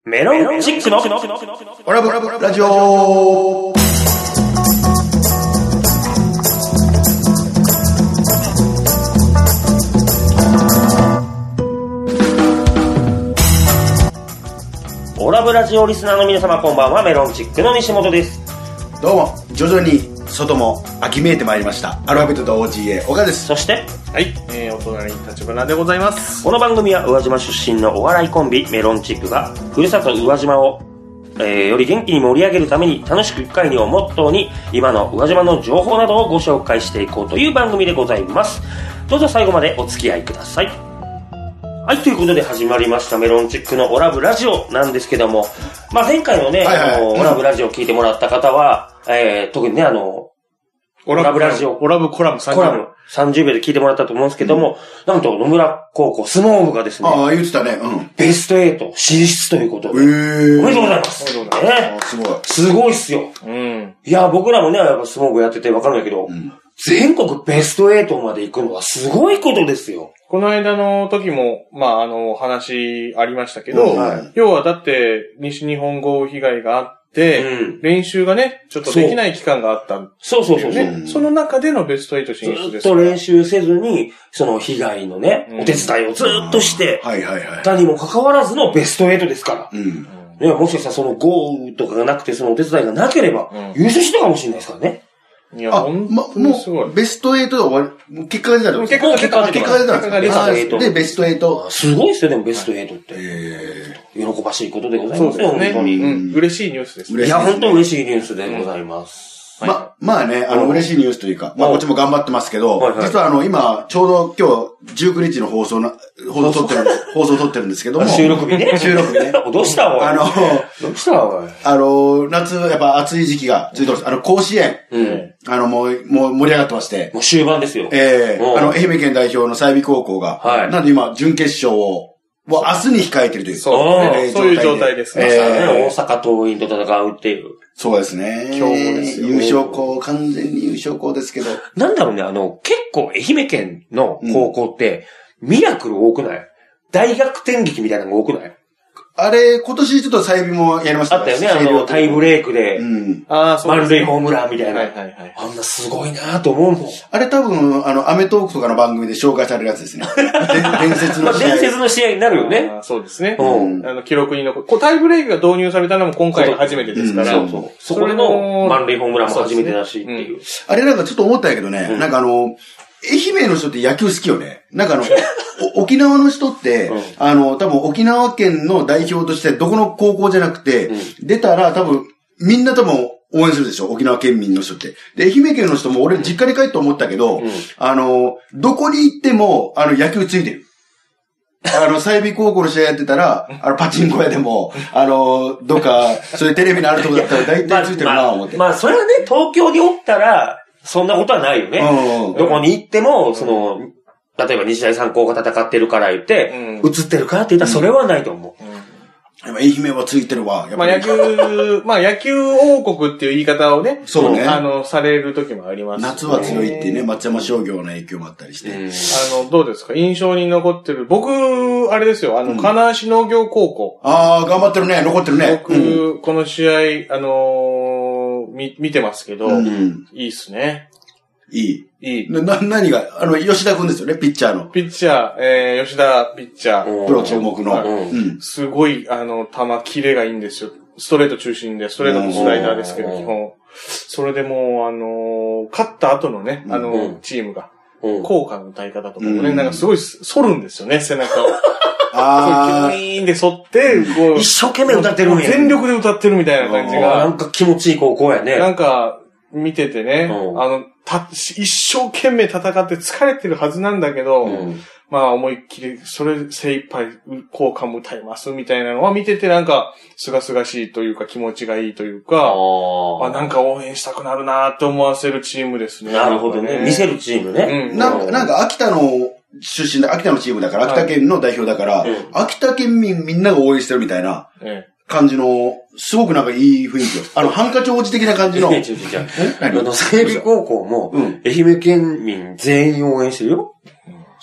メロンチックのオラブラジオ。 オラブラジオリスナーの皆様こんばんは、メロンチックの西本です。 どうも、徐々に外も秋めいてまいりました。アルファベットと OGA 岡です。 そしてはい、お隣に立花でございます。 この番組は宇和島出身のお笑いコンビメロンチックがふるさと宇和島を、より元気に盛り上げるために楽しく一回にをモットーに今の宇和島の情報などをご紹介していこうという番組でございます。どうぞ最後までお付き合いください。はい、ということで始まりましたメロンチックのオラブラジオなんですけども、まあ前回のね、オラブラジオを聞いてもらった方は、特にねオラブラジオ、オラブコラム30秒。 30秒で聞いてもらったと思うんですけども、なんと野村高校相撲部がですね、 言ってたね、 ベスト8進出ということで、おめでとうございます。ね、すごいっすよ。いや、僕らもね、やっぱ相撲部やっててわかるんだけど、全国ベスト8まで行くのはすごいことですよ。 この間の時も、話ありましたけど、要はだって西日本豪雨被害があって、練習がね、ちょっとできない期間があったんですよね。そう。その中でのベスト8進出です。 ずっと練習せずに、その被害のね、お手伝いをずっとして、他にも関わらずのベスト8ですから。ね、もしかしたらその豪雨とかがなくて、そのお手伝いがなければ、優勝したかもしれないですからね。 いや、もう、ベスト8で終わり、結果が出たの？ 結果が出たんですか？で、ベスト8。 すごいですよ、でもベスト8って。喜ばしいことでございますよ、本当に。 嬉しいニュースですね。 いや、本当に嬉しいニュースでございます。 まあね、嬉しいニュースというか、こっちも頑張ってますけど、実は今、ちょうど今日19日の放送撮ってるんですけども。 収録日ね。どうしたおい。 どうしたおい。夏、やっぱ暑い時期が続いてます。甲子園。もう盛り上がってまして。 もう終盤ですよ。 愛媛県代表の済美高校が、なんで今、準決勝を、明日に控えてるという。 そういう状態ですね。 大阪桐蔭と戦うっていう。 そうですね。今日もですよ。優勝校、完全に優勝校ですけど。 なんだろうね、結構愛媛県の高校って、ミラクル多くない？大逆転劇みたいなのが多くない？ あれ、今年ちょっと済美もやりましたね。あったよね、タイブレークで、満塁ホームランみたいな。あんなすごいなと思うもん。 あれ多分、アメトーークとかの番組で紹介されるやつですね。伝説の試合。 伝説の試合になるよね。 そうですね。記録に残る。タイブレークが導入されたのも今回初めてですから。 そこでの満塁ホームランも初めてだしっていう。 あれなんかちょっと思ったんやけどね、なんか愛媛の人って野球好きよね。なんか沖縄の人って、多分沖縄県の代表としてどこの高校じゃなくて、出たら多分、みんな多分応援するでしょ、沖縄県民の人って。で、愛媛県の人も俺実家に帰って思ったけど、どこに行っても、野球ついてる。済美高校の試合やってたら、パチンコ屋でも、どっか、そういうテレビのあるとこだったら大体ついてるなぁ思って。 それはね、東京におったら、そんなことはないよね。どこに行っても、例えば日大三高が戦ってるから言って、映ってるからって言ったらそれはないと思う。 愛媛はついてるわ。 野球王国っていう言い方をね、 そうね。 される時もあります。 夏は強いっていうね、松山商業の影響もあったりして。 どうですか？印象に残ってる。僕、あれですよ、金足農業高校。 頑張ってるね、残ってるね。 僕、この試合、見てますけど、いいっすね。 いい。何が、吉田くんですよね、ピッチャーの。 ピッチャー、吉田ピッチャー。 プロ注目の。 すごい、球、キレがいいんですよ。ストレート中心で、ストレートとスライダーですけど、基本。それでもう、勝った後のね、チームが、効果の歌い方とかもね、なんかすごい反るんですよね、背中を。キュイーンで反って、 一生懸命歌ってるんや。 全力で歌ってるみたいな感じが。 なんか気持ちいい高校やね。 なんか、見ててね、一生懸命戦って疲れてるはずなんだけど、思いっきり、それ精一杯効果も歌いますみたいなのは見ててなんか、すがすがしいというか気持ちがいいというか、なんか応援したくなるなって思わせるチームですね。 なるほどね。見せるチームね。 なんか秋田の出身で、秋田のチームだから、秋田県の代表だから、秋田県民みんなが応援してるみたいな。感じの、すごくなんかいい雰囲気よ。ハンカチ王子的な感じの。 済美高校も、愛媛県民全員応援してるよ。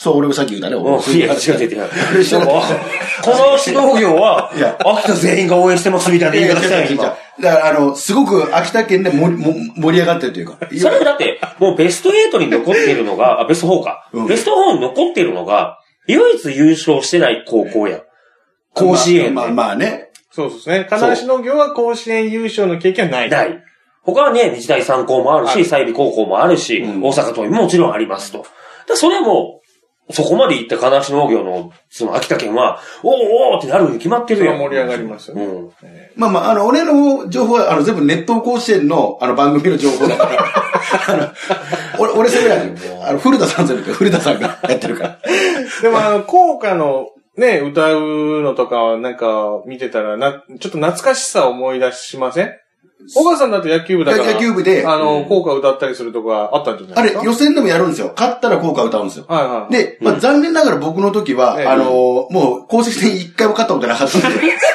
そう、俺もさっき言ったね。 いや、違う。この指導業は、秋田全員が応援してますみたいな言い方したよ、今。 だから、すごく秋田県で盛り上がってるというか。 それだって、もうベスト8に残っているのが、ベスト4か。ベスト4に残っているのが、唯一優勝してない高校や。甲子園。 まあね。 そうですね。金足農業は甲子園優勝の経験はない。 ない。他はね、日大三高もあるし、済美高校もあるし、大阪桐蔭ももちろんありますと。それも、そこまで行った金足農業の、その秋田県は、おーってなるに決まってるよ。 盛り上がりますよね。 まあ、俺の情報は、全部ネット甲子園の、番組の情報だから。俺それやね古田さんがやってるから。 でも校歌の、ね、歌うのとか、なんか、見てたら、ちょっと懐かしさを思い出しません？小川さんだって野球部だから。 野球部で。 校歌歌ったりするとかあったんじゃないですか？ あれ、予選でもやるんですよ。勝ったら校歌歌うんですよ。 はいはい。 で、まあ、残念ながら僕の時は、もう、公式戦一回も勝ったことなかったんで。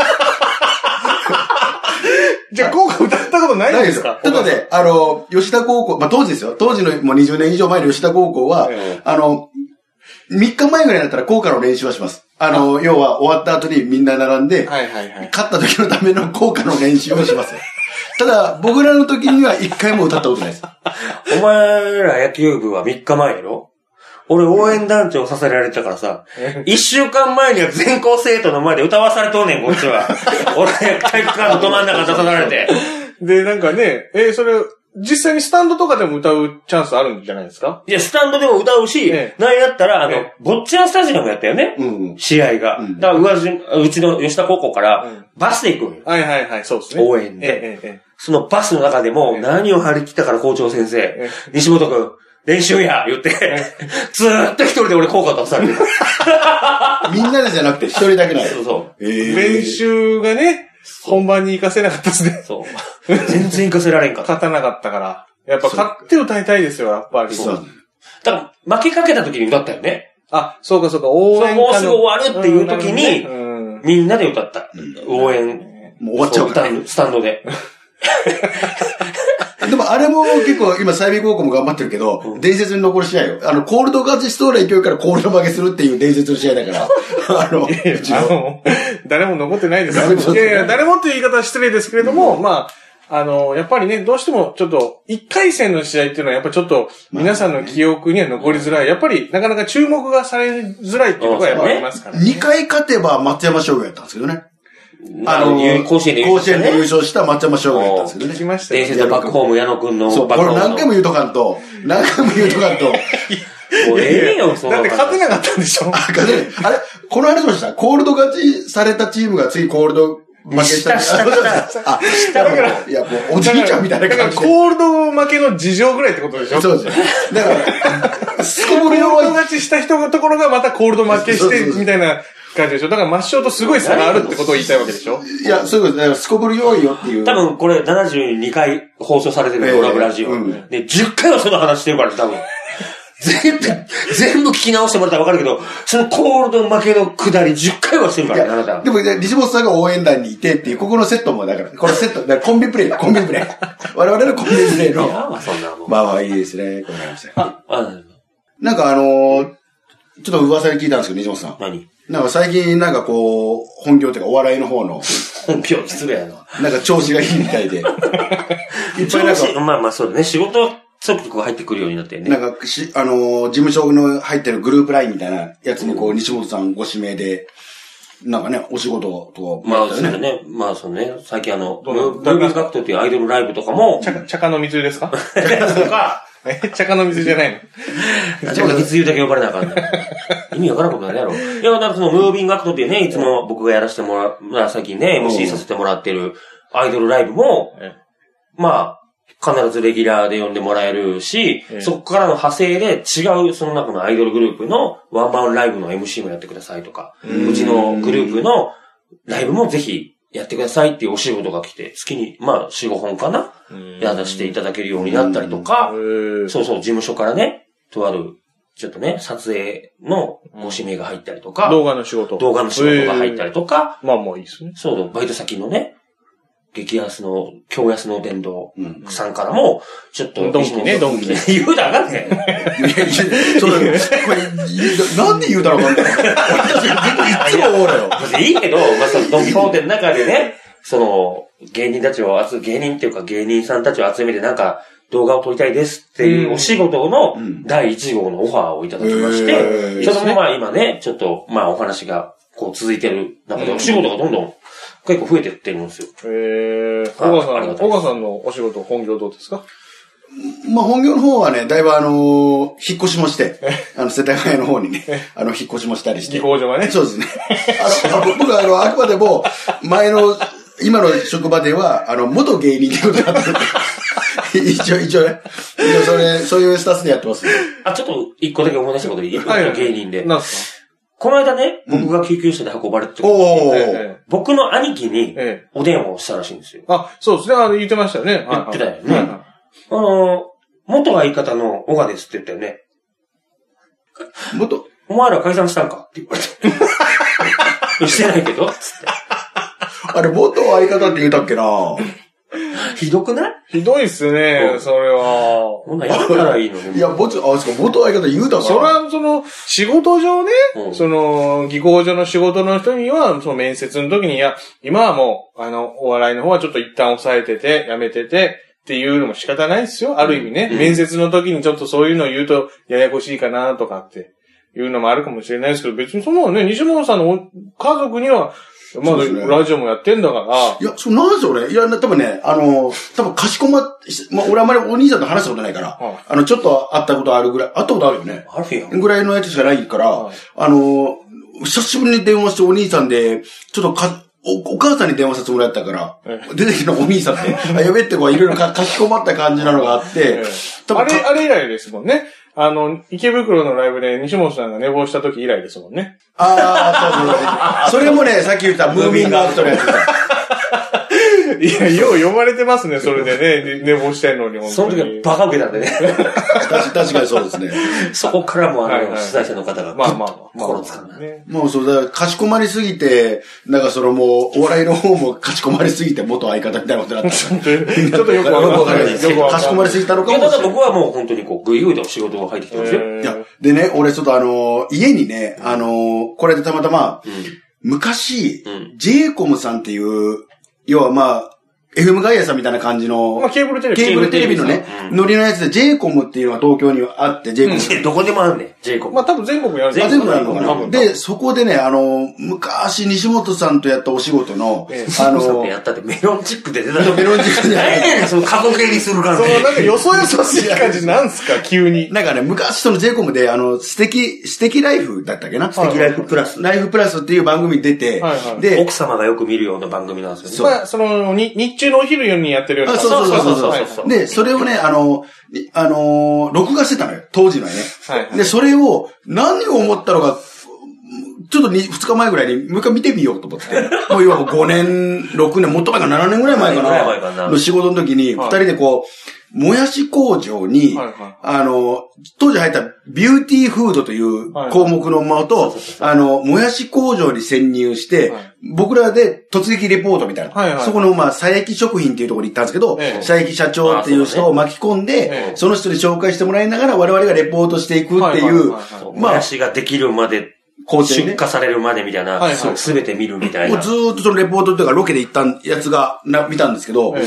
じゃあ、校歌歌ったことないんですか？ ただね、吉田高校、まあ、当時ですよ。当時のもう20年以上前の吉田高校は、3日前ぐらいになったら校歌の練習はします。要は終わった後にみんな並んで、勝った時のための校歌の練習をしますよ。ただ、僕らの時には一回も歌ったことないです。 お前ら野球部は3日前やろ？俺応援団長させられたからさ、1週間前には全校生徒の前で歌わされとんねん、こっちは。俺、体育館のど真ん中出されて。 で、なんかね、それ、実際にスタンドとかでも歌うチャンスあるんじゃないですか？ いや、スタンドでも歌うし、なんやったら、坊ちゃんスタジアムやったよね。試合が。だから、うちの吉田高校から、バスで行くんよ。 はい、そうですね。 応援で。そのバスの中でも、何を張り切ったから校長先生、西本くん、練習や言って、ずーっと一人で俺効果出される。 みんなでじゃなくて一人だけなんや。 そう。 練習がね、本番に行かせなかったですね。 そう。全然行かせられんかった。 勝たなかったから。やっぱ勝って歌いたいですよ、やっぱり。 そう。だから、負けかけた時に歌ったよね。 あ、そうか。応援もうすぐ終わるっていう時に、みんなで歌った。応援。 もう終わっちゃうから。 スタンドで。 でもあれも結構今済美高校も頑張ってるけど、伝説に残る試合よ。コールド勝ちしそうな勢いからコールド負けするっていう伝説の試合だから。 誰も残ってないですよ。いや誰もっていう言い方は失礼ですけれども、まあ、やっぱりね、どうしてもちょっと、1回戦の試合っていうのはやっぱちょっと、皆さんの記憶には残りづらい。やっぱり、なかなか注目がされづらいっていうところがやっぱありますからね。 2回勝てば松山商業やったんですけどね。 甲子園で優勝した松山商業やったんですけどね。 聞きましたよ。伝説のバックホーム、矢野くんのバックホーム。 そう、これ何回も言うとかんと。もうええよ、そんな。 だって勝てなかったんでしょ？ あれこの話もした。コールド勝ちされたチームが次コールド負けした。 しただから、いや、もうおじいちゃんみたいな感じで。 コールド負けの事情ぐらいってことでしょ？ そうですよ。だから、すこぶるコールド勝ちした人のところがまたコールド負けして、みたいな感じでしょ？だから抹消とすごい差があるってことを言いたいわけでしょ？ いや、そういうことです。すこぶる弱いよっていう。 多分これ72回放送されてるドラブラジオ。で、10回はその話してるから、多分。全部聞き直してもらったらわかるけど、そのコールド負けの下り10回はしてるからね、あなた。 でも、西本さんが応援団にいてっていう、ここのセットも、だから、このセット、コンビプレイ。我々のコンビプレイの。まあいいですね。ごめんなさい。なんかちょっと噂に聞いたんですけど、西本さん。 何？ なんか最近なんかこう、本業っていうかお笑いの方の。 本業失礼やな。 なんか調子がいいみたいで。いっぱいなんか。まあそうだね。仕事即刻入ってくるようになってね。 なんか事務所の入ってるグループラインみたいなやつにこう、西本さんご指名で、なんかね、お仕事とか、 まあそうだね。まあそうね。最近ムービングアクトっていうアイドルライブとかも。 茶化の水ですか？とか。茶化の水じゃないの？茶化の水だけ呼ばれなあかんね。意味わからんことないやろ。いや、だからそのムービングアクトっていうね、いつも僕がやらせてもらう、最近ね、MC させてもらってるアイドルライブも、まあ、必ずレギュラーで呼んでもらえるし、そこからの派生で違うその中のアイドルグループのワンマンライブの MC もやってくださいとか、うちのグループのライブもぜひやってくださいっていうお仕事が来て、月にまあ 4,5 本かなやらせていただけるようになったりとか、そうそう、事務所からね、とある、ちょっとね、撮影のご指名が入ったりとか、 動画の仕事が入ったりとか、 まあもういいですね。 そう、バイト先のね、 激安の、強安の電動さんからも、ちょっと、 ドンキね、ドンキ。 言うたらあかんねん。いや、 それ、これ、なんで言うたらあかんねん。俺たちいつも思うのよ。 いいけど、まあ、そのドンキホーテの中でね、その、芸人っていうか芸人さんたちを集めてなんか、動画を撮りたいですっていうお仕事の第1号のオファーをいただきまして、それもまあ今ね、ちょっとまあお話がこう続いてる中でお仕事がどんどん結構増えてってるんですよ。 小川さんのお仕事、本業どうですか？ まあ本業の方はね、だいぶ引っ越しもして、世田谷の方にね、引っ越しもしたりして。 技工所がね。 そうですね。僕はあくまでも、今の職場では、元芸人ってことになってる。一応ね。そういうスタンスでやってますね。 ちょっと一個だけ思い出したこといい？芸人で。 なんすか？ この間ね、僕が救急車で運ばれて僕の兄貴にお電話をしたらしいんですよ。 そうですね。言ってましたよね。 言ってたよね。元相方の小川ですって言ったよね。お前ら解散したんかって言われて。してないけどつって。 あれ、元相方って言うたっけなひどくない？ ひどいっすね、それは。 ほんなやったらいいのに。 いや、元相方言うたかな。 それは、仕事上ね、技工所の仕事の人には、面接の時に、いや、今はもう、お笑いの方はちょっと一旦抑えてて、やめてて、っていうのも仕方ないですよ。ある意味ね、面接の時にちょっとそういうのを言うと、ややこしいかなとかっていうのもあるかもしれないですけど、別にそのね、西本さんの家族には、まだラジオもやってんだから。 いや、なんでしょうね。いや、多分ね、多分かしこ俺あんまりお兄さんと話したことないから、ちょっと会ったことあるぐらい、会ったことあるよね。 あるよ。 ぐらいのやつしかないから、久しぶりに電話してお兄さんで、ちょっとお母さんに電話させてもらったから、出てきたお兄さんって、やべってこういろいろかしこまった感じなのがあって、 あれ以来ですもんね。池袋のライブで西本さんが寝坊した時以来ですもんね。 そう。それもね、さっき言ったムーミングアウトのやつ。 いや、よう呼ばれてますね、それでね、寝坊してんのに。 その時はバカ受けたんでね。 確かにそうですね。 そこからも取材者の方が心つかんだね。 もうそうだ、かしこまりすぎて、なんかもう、お笑いの方もかしこまりすぎて元相方みたいなことになった。ちょっとよくわかんないですけど。 かしこまりすぎたのかもしれない。 ただ僕はもう本当にぐいぐいと仕事が入ってきてますよ。 いや、でね、俺ちょっと家にね、これでたまたま、昔、ジェイコムさんっていう、要はFM ガイアさんみたいな感じの、 ケーブルテレビのね、ノリのやつで J コムっていうのが東京にあって、J コム。 どこでもあるね、J コム。 多分全国にある。 全国にあるのかな。で、そこでね、昔西本さんとやったお仕事の、 西本さんとやったってメロンチックで出たメロンチックで。 何やねん、その過去形にするからね。 なんかよそよそしい感じなんすか、急に。 なんかね、昔J コムで、素敵ライフだったっけな？ 素敵ライフプラス。 ライフプラスっていう番組に出て、 で、奥様がよく見るような番組なんですよね。 日中のお昼にやってるような。 そう。で、それをね、録画してたのよ。当時のね。で、それを、何を思ったのか、ちょっと2日前ぐらいにもう一回見てみようと思って。もう要は5年、6年、もっと前か7年ぐらい前かな。の仕事の時に、2人でもやし工場に、当時入ったビューティーフードという項目のもと、もやし工場に潜入して、僕らで突撃レポートみたいな。そこの佐伯食品っていうところに行ったんですけど、佐伯社長っていう人を巻き込んで、その人に紹介してもらいながら我々がレポートしていくっていう、 もやしができるまで、出荷されるまでみたいな、すべて見るみたいな。 ずーっとそのレポートというかロケで行ったやつが、見たんですけど、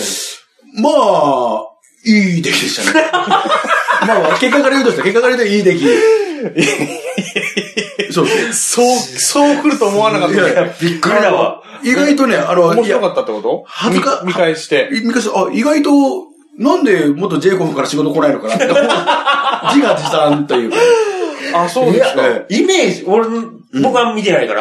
いい出来でしたね。結果から言うといい出来。 そう来ると思わなかった。 びっくりだわ。 意外とね、 面白かったってこと？見返して。 意外と、なんでもっと J コムから仕事来ないのかなって。自画自賛というか。 そうですか。 イメージ、僕は見てないから、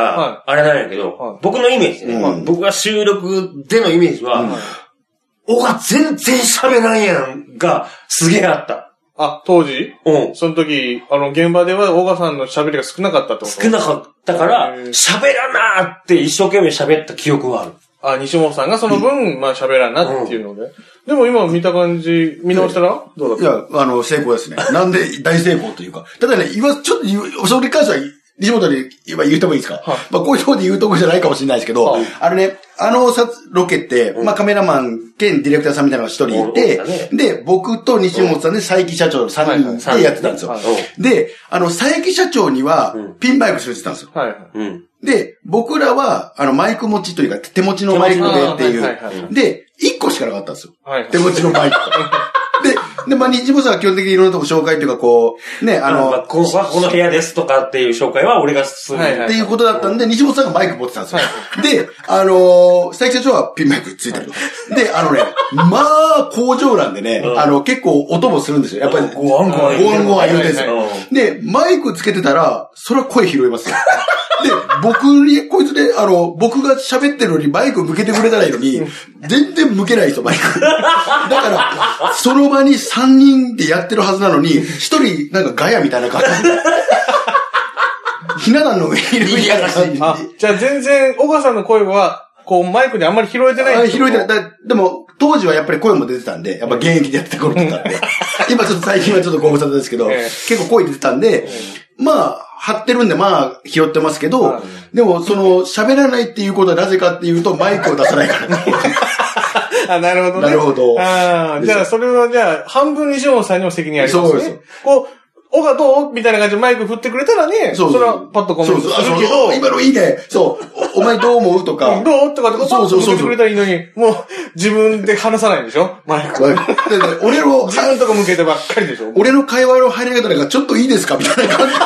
あれなんやけど、僕のイメージね、僕が収録でのイメージは、おが全然喋らんやんが、すげえあった。 当時？その時、現場では、小川さんの喋りが少なかったってこと？ 少なかったから、喋らなーって一生懸命喋った記憶はある。 西本さんがその分、喋らんなっていうので。でも今見た感じ、見直したらどうだった？ いや、成功ですね。なんで大成功というか。ただね、ちょっと、それに関しては、西本に今言ってもいいですか？こういうところで言うとこじゃないかもしれないですけど、 ロケって、まあカメラマン兼ディレクターさんみたいなのが一人いて、で、僕と西本さんで佐伯社長の3人でやってたんですよ。で、佐伯社長には、ピンマイクついてたんですよ。で、僕らは、マイク持ちというか、手持ちのマイクでっていう。で、1個しかなかったんですよ。手持ちのマイク。で、まあ、西本さんは基本的にいろんなとこ紹介というか、こう、ね、 この部屋ですとかっていう紹介は俺がする。 っていうことだったんで、西本さんがマイク持ってたんですよ。で、佐伯社長はピンマイクついてる。で、まあ、工場なんでね、結構音もするんですよ。やっぱり、ゴワンゴワン言うんですよ。で、マイクつけてたら、それは声拾いますよ。で、こいつで、僕が喋ってるのにマイク向けてくれたらいいのに、全然向けないですよ、マイク。だから、その場に3人でやってるはずなのに、1人なんかガヤみたいな感じで。ひな壇の上にいるみたいな感じで。 じゃあ全然、小川さんの声は、こう、マイクであんまり拾えてない。 拾えてない。でも、当時はやっぱり声も出てたんで、やっぱ現役でやってた頃だったんで。今ちょっと最近はちょっとご無沙汰ですけど、結構声出てたんで、まあ、張ってるんで、まあ、拾ってますけど、でも、喋らないっていうことはなぜかっていうと、マイクを出さないからね。 なるほどね。 なるほど。 じゃあ、それは、じゃあ、半分西本さんにも責任ありますね。そうです。こう、小川どうみたいな感じでマイク振ってくれたらね、それはパッとコメントするけど。 今のいいね。そう。お前どう思うとか。 どうとかってパッと振ってくれたらいいのに、もう自分で話さないんでしょマイク。 俺の、 自分とか向けてばっかりでしょ俺の会話の入り方がちょっといいですかみたいな感じ。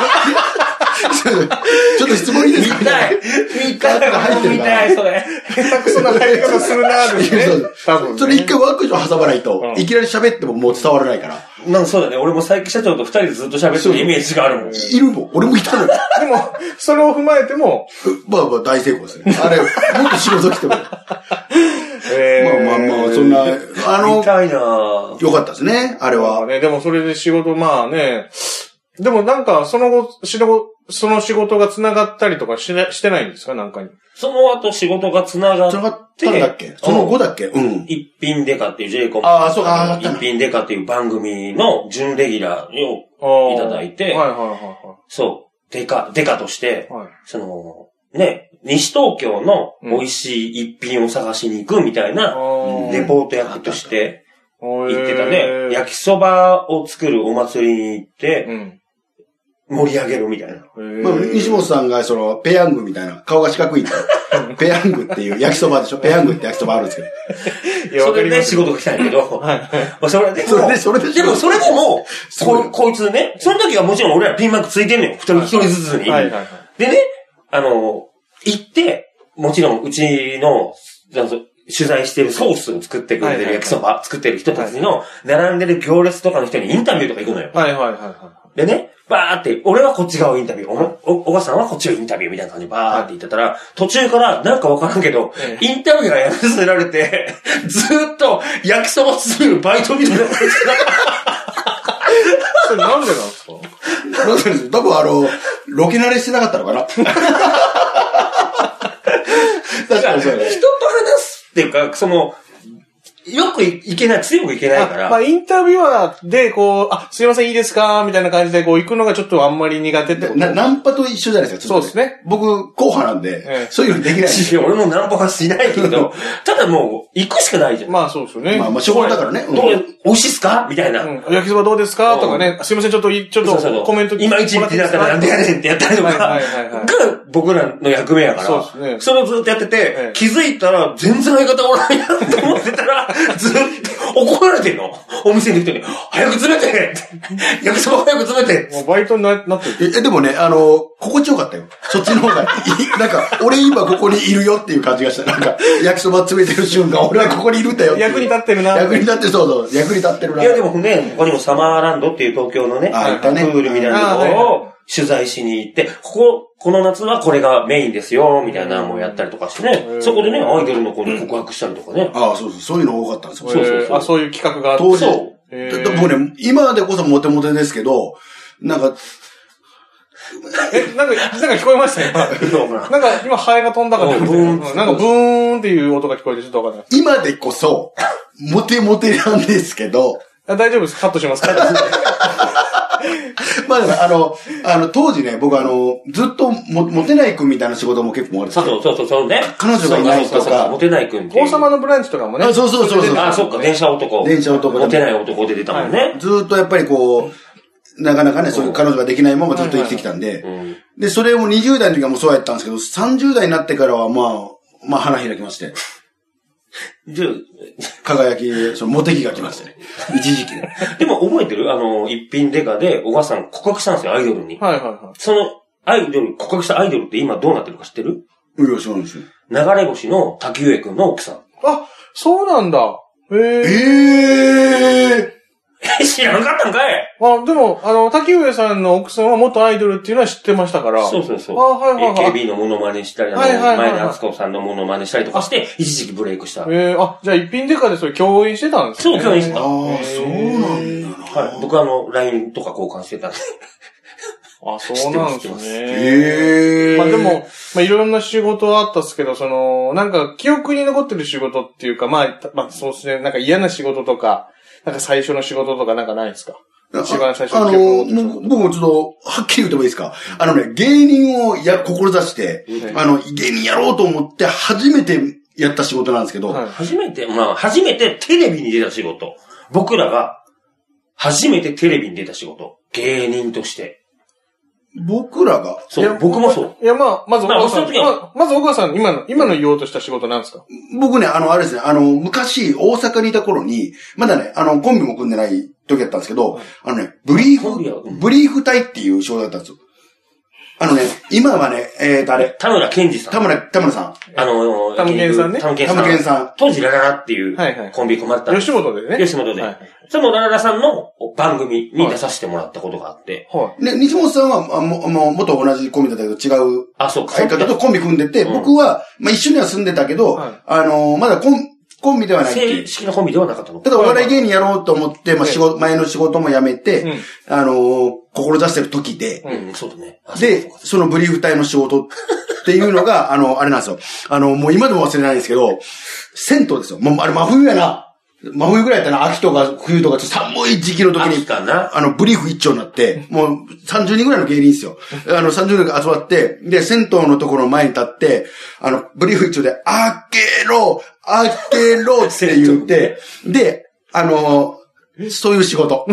ちょっと質問いいですか見たい。見たい、それ。 下手くそな入り方するなーですね。 多分。それ一回ワーク以上挟まないと、いきなり喋ってももう伝わらないから。 そうだね。俺も佐伯社長と2人でずっと喋ってるイメージがあるもん。 いるもん。俺もいたのよ。 でも、それを踏まえても、 まあまあ大成功ですね。あれ、もっと仕事来ても。まあ、そんな、 見たいなよかったですね、あれは。 でもそれで仕事、まあね、でもなんか、その仕事が繋がったりとかしてないんですかなんかに。 その後仕事が繋がって。 繋がったんだっけその後だっけ一品デカっていう J コム。一品デカっていう番組の準レギュラーをいただいて。そう。デカとして、西東京の美味しい一品を探しに行くみたいな、レポート役として行ってたね。焼きそばを作るお祭りに行って、盛り上げるみたいな。 西本さんがペヤングみたいな、顔が四角いんだよ。ペヤングっていう焼きそばでしょペヤングって焼きそばあるんですけど。 それで仕事が来たんやけど、それでも、こいつね、その時はもちろん俺らピンマークついてんのよ。一人ずつに。でね、行って、もちろんうちの、取材してるソースを作ってくれてる焼きそば作ってる人たちの、並んでる行列とかの人にインタビューとか行くのよ。でね、バーって、俺はこっち側インタビュー、おばさんはこっち側インタビューみたいな感じでバーって言ってたら、途中からなんかわからんけど、インタビューがやらせられて、ずーっと焼きそば作るバイトみたいな感じで。 それなんでなんですか多分ロケ慣れしてなかったのかな確かにそうね。人と話すっていうか、よくいけない、強くいけないから。 まあ、インタビュアーで、すいません、いいですかみたいな感じで、行くのがちょっとあんまり苦手って。 ナンパと一緒じゃないですか。 そうですね。 僕、後派なんで、そういうのできない。 俺もナンパはしないけど、ただもう、行くしかないじゃん。 まあ、そうですよね。 まあ、仕事だからね。 美味しいっすかみたいな。 焼きそばどうですかとかね。すいません、ちょっとコメント今一日だったらなんでやねんってやったりとか、が僕らの役目やから。そうですね。それをずっとやってて、気づいたら全然相方おらんやんと思ってたら、ずっと、怒られてんのお店の人に。早く詰めて焼きそば早く詰めてもうバイトになってる。でもね、心地よかったよ。そっちの方がなんか、俺今ここにいるよっていう感じがした。なんか、焼きそば詰めてる瞬間、俺はここにいるんだよ。 役に立ってるな。 役に立ってる、そう。役に立ってるな。 いやでもね、他にもサマーランドっていう東京のね、プールみたいなところを取材しに行って、この夏はこれがメインですよ、みたいなのもやったりとかしてね、そこでね、アイドルの子に告白したりとかね。 そういうの多かったんですよ。 そういう企画があって。 そう。でもね、今でこそモテモテですけど、なんか聞こえましたよ、今。なんか今、ハエが飛んだから、なんかブーンっていう音が聞こえてちょっとわかんない。 今でこそ、モテモテなんですけど、 大丈夫です。カットします。 まあ、当時ね、僕ずっとモテない君みたいな仕事も結構あるんですよ。 そうね。 彼女がいないとか。 モテない君って。 王様のブランチとかもね。 そう。 あ、そっか、電車男。モテない男で出たもんね。 ずっとやっぱりこう、なかなかね、そういう彼女ができないままずっと生きてきたんで。で、それも20代の時はもうそうやったんですけど、30代になってからはまあ、花開きまして。輝き、モテ期が来ましたね。一時期ね。 でも覚えてる一品デカで、小川さん告白したんですよ、アイドルに。 はい。 その、告白したアイドルって今どうなってるか知ってる？ いや、そうなんですよ。 流れ星の滝上くんの奥さん。 あ、そうなんだ。 知らんかったんかい？ でも、滝上さんの奥さんは元アイドルっていうのは知ってましたから。 そう。AKB のモノマネしたり、前田敦子さんのモノマネしたりとかして、一時期ブレイクした。 じゃあ一品デカでそれ共演してたんですね。 そう、共演してた。 そうなんだな。 はい。僕LINE とか交換してたんで。 そうなんですね。でも、いろんな仕事あったっすけど、なんか記憶に残ってる仕事っていうか、そうですね、なんか嫌な仕事とか、なんか最初の仕事とかなんかないですか？一番最初の記憶の僕もちょっと、はっきり言ってもいいですか？芸人を志して、芸人やろうと思って初めてやった仕事なんですけど。 はい、初めてテレビに出た仕事。僕らが、初めてテレビに出た仕事。芸人として。 僕らがそう、僕もそう。 いや、まず岡さん、今の言おうとした仕事なんですか？ 僕ね、あれですね、昔、大阪にいた頃に、まだね、コンビも組んでない時だったんですけど、ブリーフ隊っていう仕事だったんですよ。今はね、 田村健二さん。 田村さん。 田村健さんね。 田村健さん。 当時ラララっていうコンビ組まれた。 吉本でね。 吉本で。そのラララさんの番組に出させてもらったことがあって。 で、西本さんは、元同じコンビだったけど違う相方とコンビ組んでて、僕は、一緒には住んでたけど、まだコンビではない。 正式なコンビではなかったの。 ただお笑い芸人やろうと思って、前の仕事も辞めて、志してる時で、 そうだね。 で、そのブリーフ隊の仕事っていうのが、あれなんですよ。もう今でも忘れないんですけど、銭湯ですよ。もう、真冬やな。真冬ぐらいやったら秋とか冬とか寒い時期の時に、ブリーフ一丁になって、もう30人ぐらいの芸人ですよ。30人が集まって、で、銭湯のところの前に立って、ブリーフ一丁で、開けろって言って、で、そういう仕事。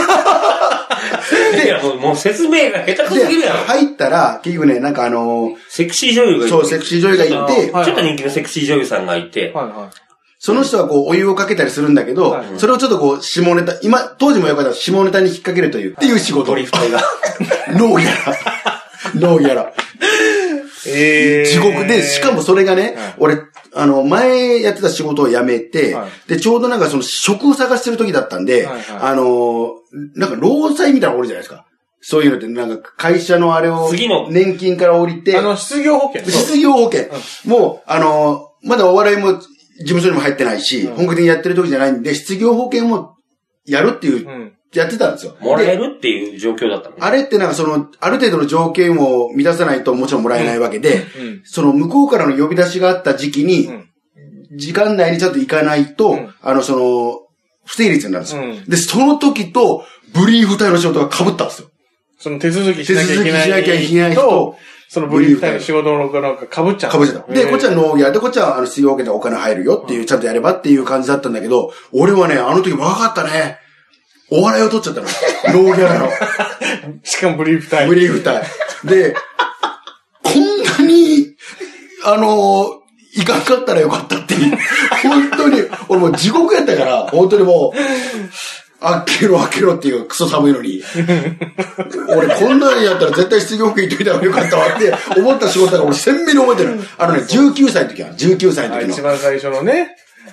いや、もう説明が下手くすぎるやろ。 入ったら、結局ね、なんかセクシー女優がいて。 そう、セクシー女優がいて、 ちょっと人気のセクシー女優さんがいて、 その人はお湯をかけたりするんだけど、それをちょっと下ネタ、当時もよかったら下ネタに引っ掛けるという、っていう仕事。 ドリフトが。 ノーギャラ。地獄で、しかもそれがね、俺、前やってた仕事を辞めて、で、ちょうどなんか職を探してる時だったんで、なんか労災みたいなのがおるじゃないですか。そういうのって、なんか会社のあれを、年金から降りて、 失業保険。 失業保険。もう、まだお笑いも事務所にも入ってないし、本格的にやってる時じゃないんで、失業保険もやるっていう、やってたんですよ。 もらえるっていう状況だったの。 あれってなんかある程度の条件を満たさないともちろんもらえないわけで、向こうからの呼び出しがあった時期に、時間内にちょっと行かないと、不成立になるんですよ。で、その時と、ブリーフ隊の仕事が被ったんですよ。 その手続きしなきゃいけないと、そのブリーフ隊の仕事のが被っちゃう。 被っちゃう。で、こっちはノーギャラで、こっちは失業保険でお金入るよっていう、ちゃんとやればっていう感じだったんだけど、俺はね、あの時若かったね。お笑いを取っちゃったの。ノーギャラの。 しかもブリーフ隊。 ブリーフ隊。で、こんなに、いかんかったらよかったっていう。本当に、俺もう地獄やったから、本当にもう、開けろっていうクソ寒いのに。俺こんなにやったら絶対失業保険行っといた方がよかったわって思った仕事が俺鮮明に覚えてる。19歳の時は、19歳の時の。 一番最初のね。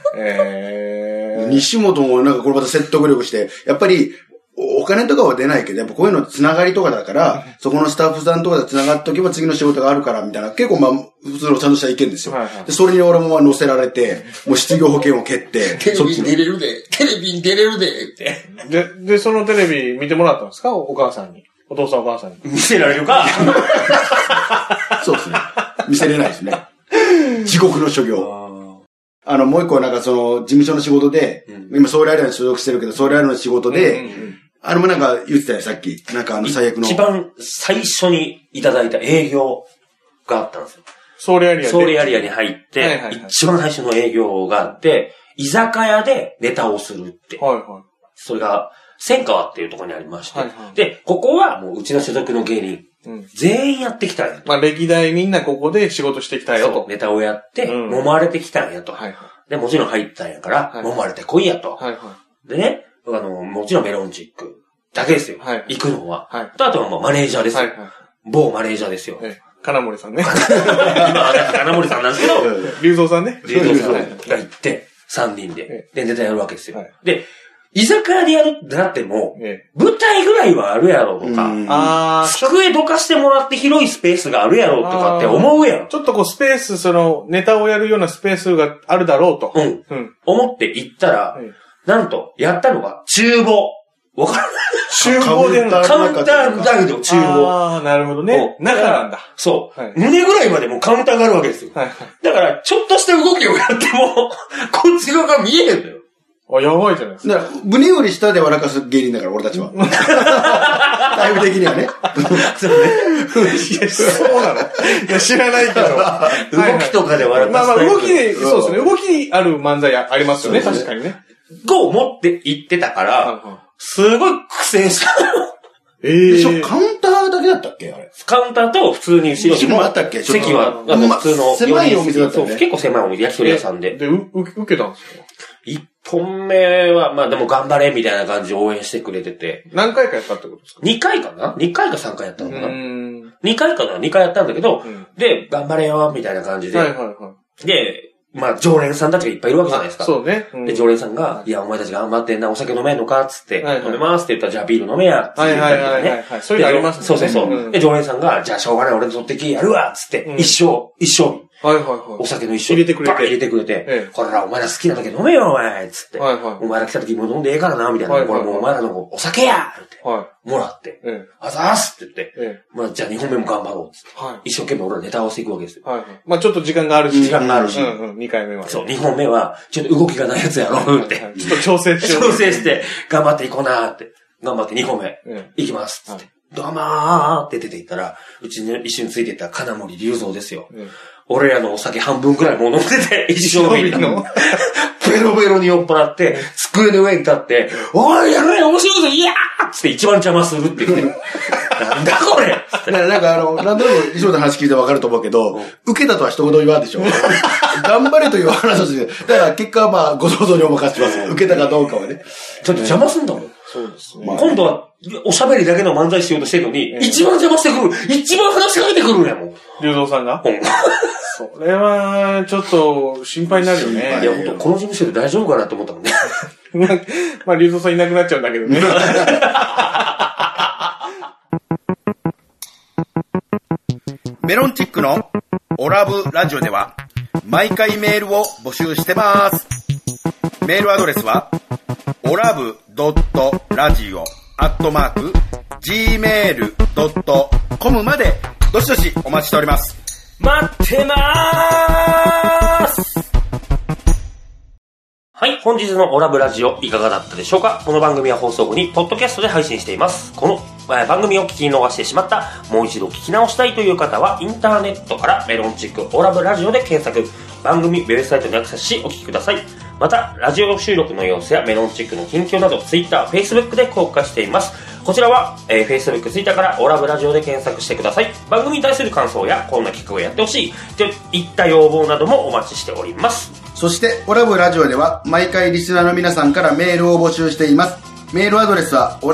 西本もなんかこれまた説得力して、やっぱり、お金とかは出ないけど、やっぱこういうのつながりとかだから、そこのスタッフさんとかでつながっとけば次の仕事があるからみたいな、結構普通のちゃんとした意見ですよ。でそれに俺も乗せられて、もう失業保険を蹴って、 テレビに出れるってで、そのテレビ見てもらったんですか？お母さんに。お父さんお母さんに。 見せられるかそうですね。見せれないですね。地獄の所業。 もう一個なんかその、事務所の仕事で、今ソーラーアリアに所属してるけど、ソーラーアリアの仕事で、もなんか言ってたよ、さっき。なんか最悪の。 一番最初にいただいた営業があったんですよ。 ソーレアリアで。 ソーレアリアに入って、一番最初の営業があって、居酒屋でネタをするって。はいはい。それが、千川っていうところにありまして。はいはい、で、ここはもううちの所属の芸人、全員やってきたんやと。 まあ歴代みんなここで仕事してきたよと。 ネタをやって、揉まれてきたんやと。はいはい、で、もちろん入ったんやから、揉まれてこいやと。はいはい、でね、もちろんメロンチックだけですよ。はい、行くのは。はい、あとはもうマネージャーですよ。はいはい、某マネージャーですよ。 金森さんね。 今、金森さんなんですけど、 龍造さんね。 龍造さんが行って、3人で、で、ネタやるわけですよ。はい、で、居酒屋でやるってなっても、舞台ぐらいはあるやろとか、机どかしてもらって広いスペースがあるやろとかって思うやん。 ちょっとこうスペース、ネタをやるようなスペースがあるだろうと。 思って行ったら、なんと、やったのが、厨房。わからない。 厨房でカウンターだけど、厨房。 ああ、なるほどね。中なんだ。 そう。胸ぐらいまでもカウンターがあるわけですよ。だから、ちょっとした動きをやっても、こっち側が見えへんのよ。 あ、やばいじゃないですか。 だから、胸より下で笑かす芸人だから、俺たちは。タイム的にはね。 そうね。いや、そうなの。いや、知らないけど。 動きとかで笑かす。 まあまあ、動きで、そうですね。動きにある漫才ありますよね、確かにね。 こう持って行ってたから、すごい苦戦した。 カウンターだけだったっけあれ。 カウンターと普通に後ろにも。 あったっけ席は、普通の。 狭いお店だったよね。 結構狭いお店、焼き鳥屋さんで。 で、受けたんですか？ 一本目は、まあでも頑張れみたいな感じで応援してくれてて。 何回かやったってことですか？ 2 回かな ?2 回か3回やったのかな ?2 回かな ?2 回やったんだけど、で、頑張れよみたいな感じで。で、まあ、常連さんたちがいっぱいいるわけじゃないですか。 そうね。 で、常連さんが、いや、お前たち頑張ってんな、お酒飲めんのかつって、飲めますって言ったら、じゃあビール飲めや、つって言ったりとかね。 そういうのありますね。 そうそうそう。で、常連さんが、じゃあしょうがない、俺取ってきやるわ、つって、一生日。お酒の一生入れてくれて。 入れてくれて、これらお前ら好きなだけ飲めよ、お前、つって。お前ら来た時も飲んでええからな、みたいな。これもうお前らのお酒やって。もらって、あざーすって言って、まあ、じゃあ2本目も頑張ろうっつって、一生懸命俺らネタ合わせていくわけですよ。 まあちょっと時間があるし。 時間があるし。 2回目は。 そう、2本目は、ちょっと動きがないやつやろうって。 ちょっと調整して、頑張っていこうなーって。頑張って2本目、いきますっつって。どうもーって出ていったら、うちに一緒についていった金森龍造ですよ。俺らのお酒半分くらいもう飲んでて、一生日の。ベロベロに酔っ払って、机の上に立って、おい、やれ面白いぞいやーっつって一番邪魔するって言って。なんだこれなんかなんとなく、以上の話聞いてわかると思うけど、受けたとは一言言わんでしょ。頑張れという話をして、だから結果はまあ、ご想像にお任せします。受けたかどうかはね。 ちょっと邪魔すんだもん。 そうですね。 今度は、おしゃべりだけの漫才しようとしてるのに、一番邪魔してくる。一番話しかけてくるんやもん。 龍造さんがそれは、ちょっと、心配になるよね。 いや、ほんと、この事務所で大丈夫かなと思ったもんね。 まあ、龍造さんいなくなっちゃうんだけどね。 メロンチックのオラブラジオでは、毎回メールを募集してます。メールアドレスは、olav.radio@gmail.com まで、どしどしお待ちしております。 待ってまーす。はい、本日のオラブラジオいかがだったでしょうか。この番組は放送後にポッドキャストで配信しています。この番組を聞き逃してしまった、もう一度聞き直したいという方はインターネットからメロンチックオラブラジオで検索、番組ウェブサイトにアクセスしお聞きください。またラジオ収録の様子やメロンチックの近況など Twitter、Facebook で公開しています。こちらは、Facebook、Twitter からオラブラジオで検索してください。番組に対する感想やこんな企画をやってほしいといった要望などもお待ちしております。 そしてオラブラジオでは毎回リスナーの皆さんからメールを募集しています。メールアドレスは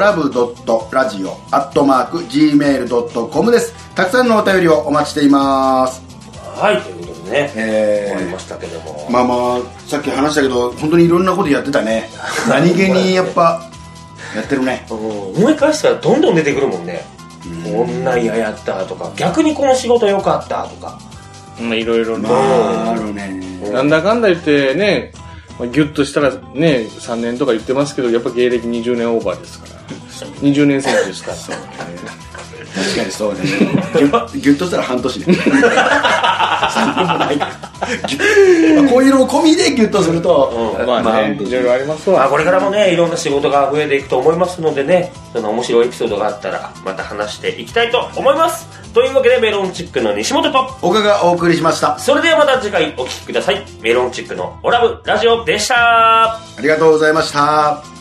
olav.radio@gmail.com です。たくさんのお便りをお待ちしています。 はい、ということでね、終わりましたけども、 まあさっき話したけど本当にいろんなことやってたね。何気にやっぱやってるね。 思い返したらどんどん出てくるもんね。こんなんやったとか、逆にこの仕事良かったとか、 いろいろあるね。 なんだかんだ言ってね、ギュッとしたらね、3年とか言ってますけど、やっぱ芸歴20年オーバーですから。20年選手ですから。 確かにそうね。ギュッとしたら半年ね。3年もない。こういうのを込みでギュッとすると、 まあね、いろいろありますわ。 これからもね、いろんな仕事が増えていくと思いますのでね、その面白いエピソードがあったら、また話していきたいと思います。というわけで、メロンチックの西本と岡がお送りしました。 それではまた次回お聞きください。メロンチックのオラブラジオでした。 ありがとうございました。